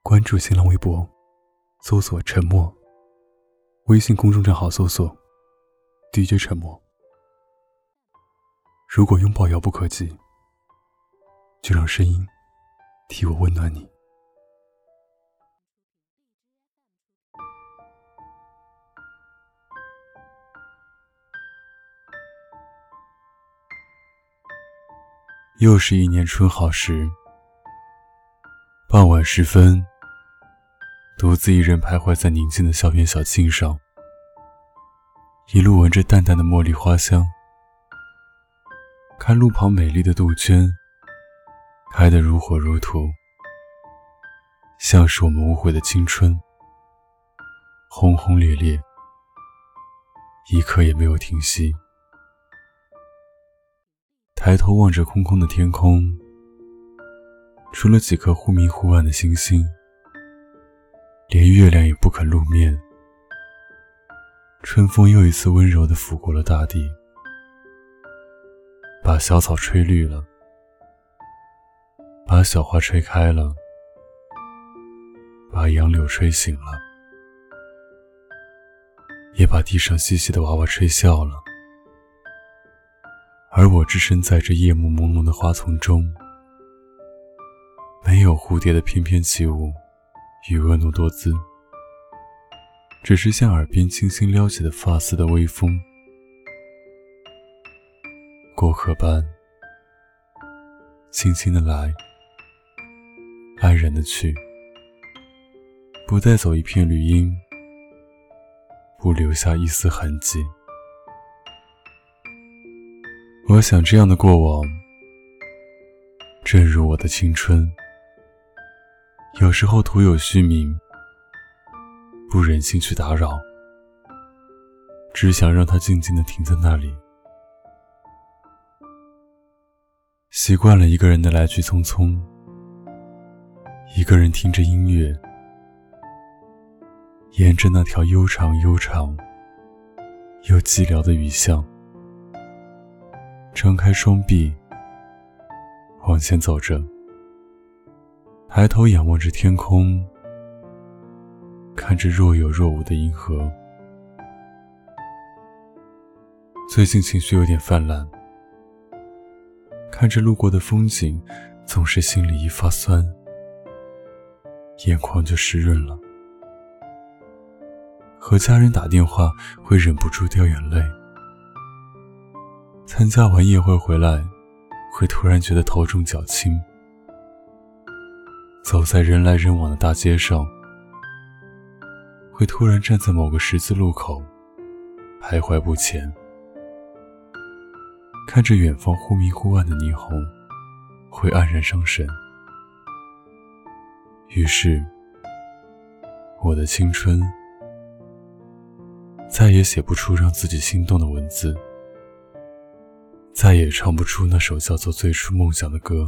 关注新浪微博，搜索沉默，微信公众账号搜索 DJ 沉默。如果拥抱遥不可及，就让声音替我温暖你。又是一年春好时，傍晚时分，独自一人徘徊在宁静的校园小径上，一路闻着淡淡的茉莉花香，看路旁美丽的杜鹃开得如火如荼，像是我们无悔的青春，轰轰烈烈，一刻也没有停息。抬头望着空空的天空，除了几颗忽明忽暗的星星，连月亮也不肯露面。春风又一次温柔地拂过了大地，把小草吹绿了，把小花吹开了，把杨柳吹醒了，也把地上嬉戏的娃娃吹笑了。而我置身在这夜幕朦胧的花丛中，没有蝴蝶的翩翩起舞与婀娜多姿，只是像耳边轻轻撩起的发丝的微风，过客般轻轻地来，安然地去，不带走一片绿荫，不留下一丝痕迹。我想这样的过往，正如我的青春，有时候徒有虚名，不忍心去打扰，只想让它静静地停在那里。习惯了一个人的来去匆匆，一个人听着音乐，沿着那条悠长悠长又寂寥的雨巷，张开双臂往前走着，抬头仰望着天空，看着若有若无的银河。最近情绪有点泛滥，看着路过的风景，总是心里一发酸，眼眶就湿润了。和家人打电话会忍不住掉眼泪，参加完夜会回来，会突然觉得头重脚轻。走在人来人往的大街上，会突然站在某个十字路口，徘徊不前。看着远方忽明忽暗的霓虹，会黯然伤神。于是，我的青春再也写不出让自己心动的文字，再也唱不出那首叫做最初梦想的歌。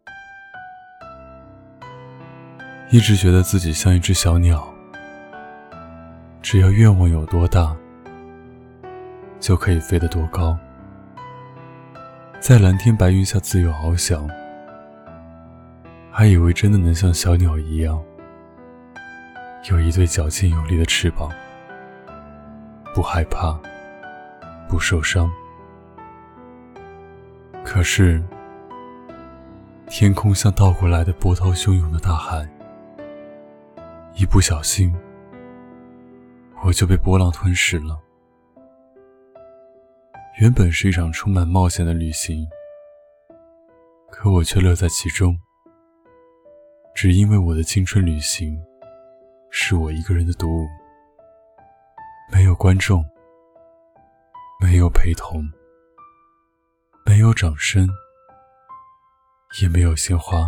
一直觉得自己像一只小鸟，只要愿望有多大，就可以飞得多高，在蓝天白云下自由翱翔。还以为真的能像小鸟一样，有一对矫健有力的翅膀，不害怕，不受伤。可是，天空像倒过来的波涛汹涌的大海，一不小心，我就被波浪吞噬了。原本是一场充满冒险的旅行，可我却乐在其中，只因为我的青春旅行是我一个人的独舞，没有观众，没有陪同，没有掌声，也没有鲜花，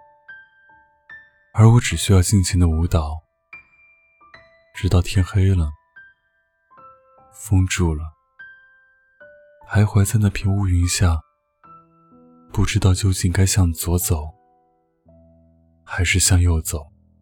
而我只需要尽情的舞蹈，直到天黑了，风住了，徘徊在那片乌云下，不知道究竟该向左走还是向右走。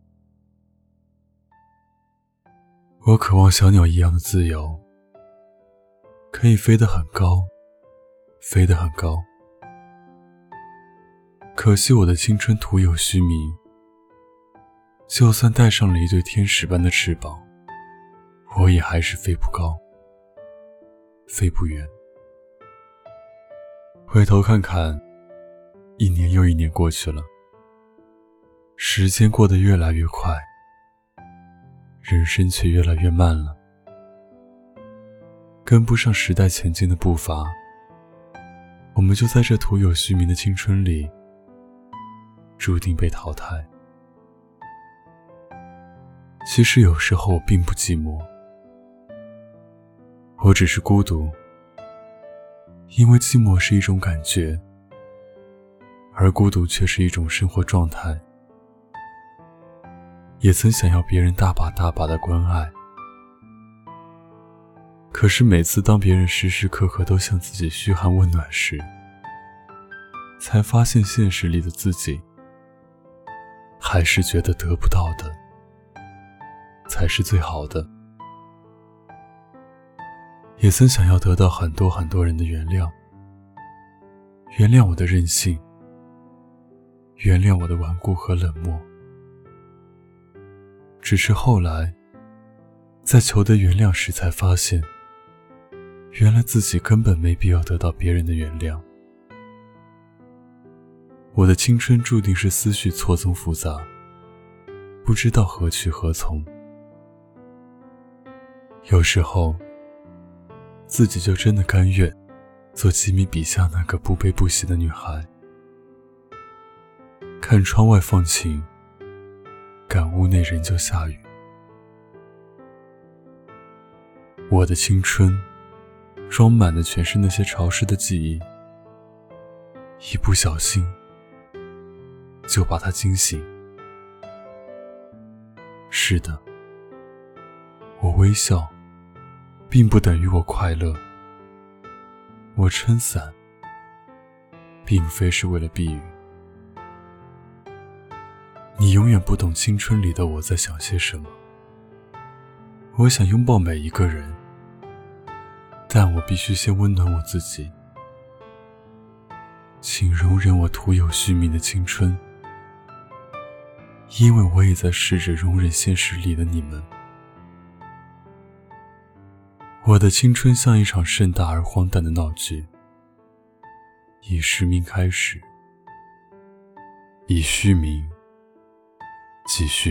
我渴望小鸟一样的自由，可以飞得很高，飞得很高。可惜我的青春徒有虚名， 就算带上了一对天使般的翅膀，我也还是飞不高，飞不远。回头看看，一年又一年过去了，时间过得越来越快，人生却越来越慢了，跟不上时代前进的步伐，我们就在这徒有虚名的青春里注定被淘汰。其实有时候我并不寂寞，我只是孤独，因为寂寞是一种感觉，而孤独却是一种生活状态。也曾想要别人大把大把的关爱，可是每次当别人时时刻刻都向自己嘘寒问暖时，才发现现实里的自己还是觉得得不到的才是最好的。也曾想要得到很多很多人的原谅，原谅我的任性，原谅我的顽固和冷漠。只是后来在求得原谅时才发现，原来自己根本没必要得到别人的原谅。我的青春注定是思绪错综复杂，不知道何去何从。有时候自己就真的甘愿做吉米笔下那个不悲不喜的女孩，看窗外放晴，感屋内仍旧下雨。我的青春装满的全是那些潮湿的记忆，一不小心就把它惊醒。是的，我微笑并不等于我快乐，我撑伞并非是为了避雨。你永远不懂青春里的我在想些什么。我想拥抱每一个人，但我必须先温暖我自己。请容忍我徒有虚名的青春，因为我也在试着容忍现实里的你们。我的青春像一场盛大而荒诞的闹剧，以实名开始，以虚名继续。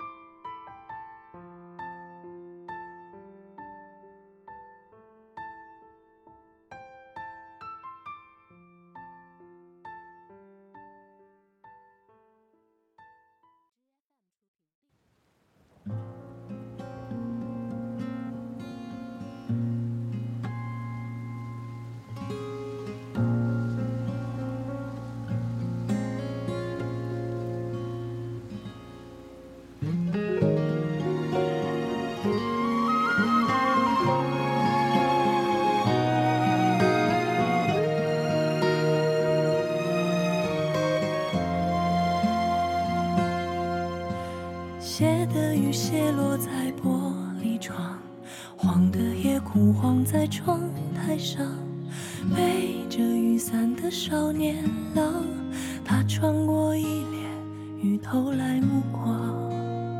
斜的雨泻落在玻璃窗，黄的也枯黄在窗台上。背着雨伞的少年郎，他穿过一脸雨投来目光。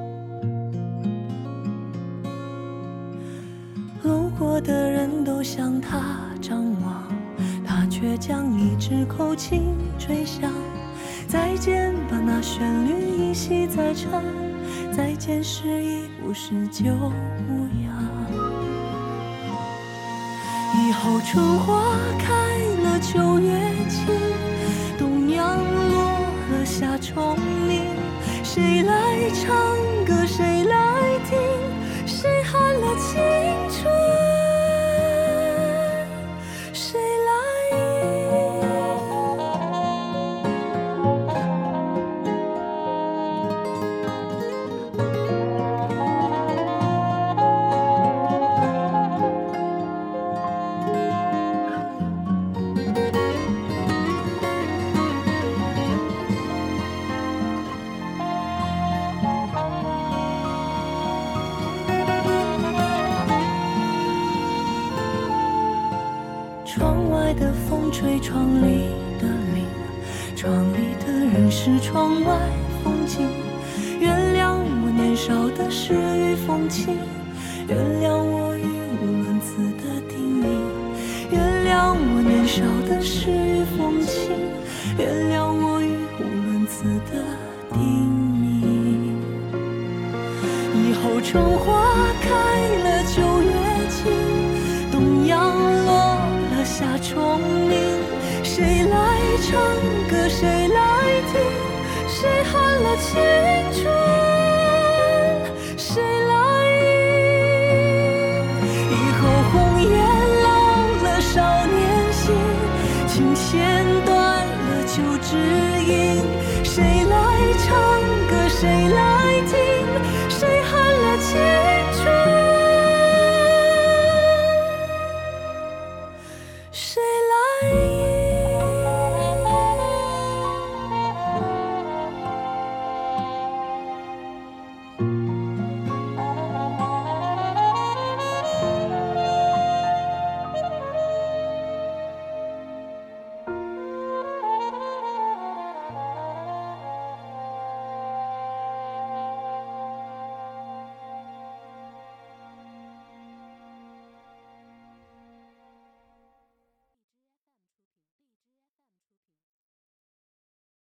路过的人都向他张望，他却将一支口琴吹响。再见吧，那旋律依稀在唱，再见时已不是旧模样。以后春花开了，秋月晴，冬阳落了，夏虫鸣。谁来唱歌，谁来听，谁喊了青春，谁来赢。窗外的风吹窗里的铃，窗里的人是窗外风景。原谅少的诗与风情，原谅我语无伦次的叮咛，原谅我年少的诗与风情，原谅我语无伦次的叮咛。以后春花开了9月尽，东阳落了夏虫鸣，谁来唱歌谁来听，谁喊了青春谁来迎。以后红颜老了少年心，琴弦断了旧知音，谁来唱歌谁来听，谁喊了青春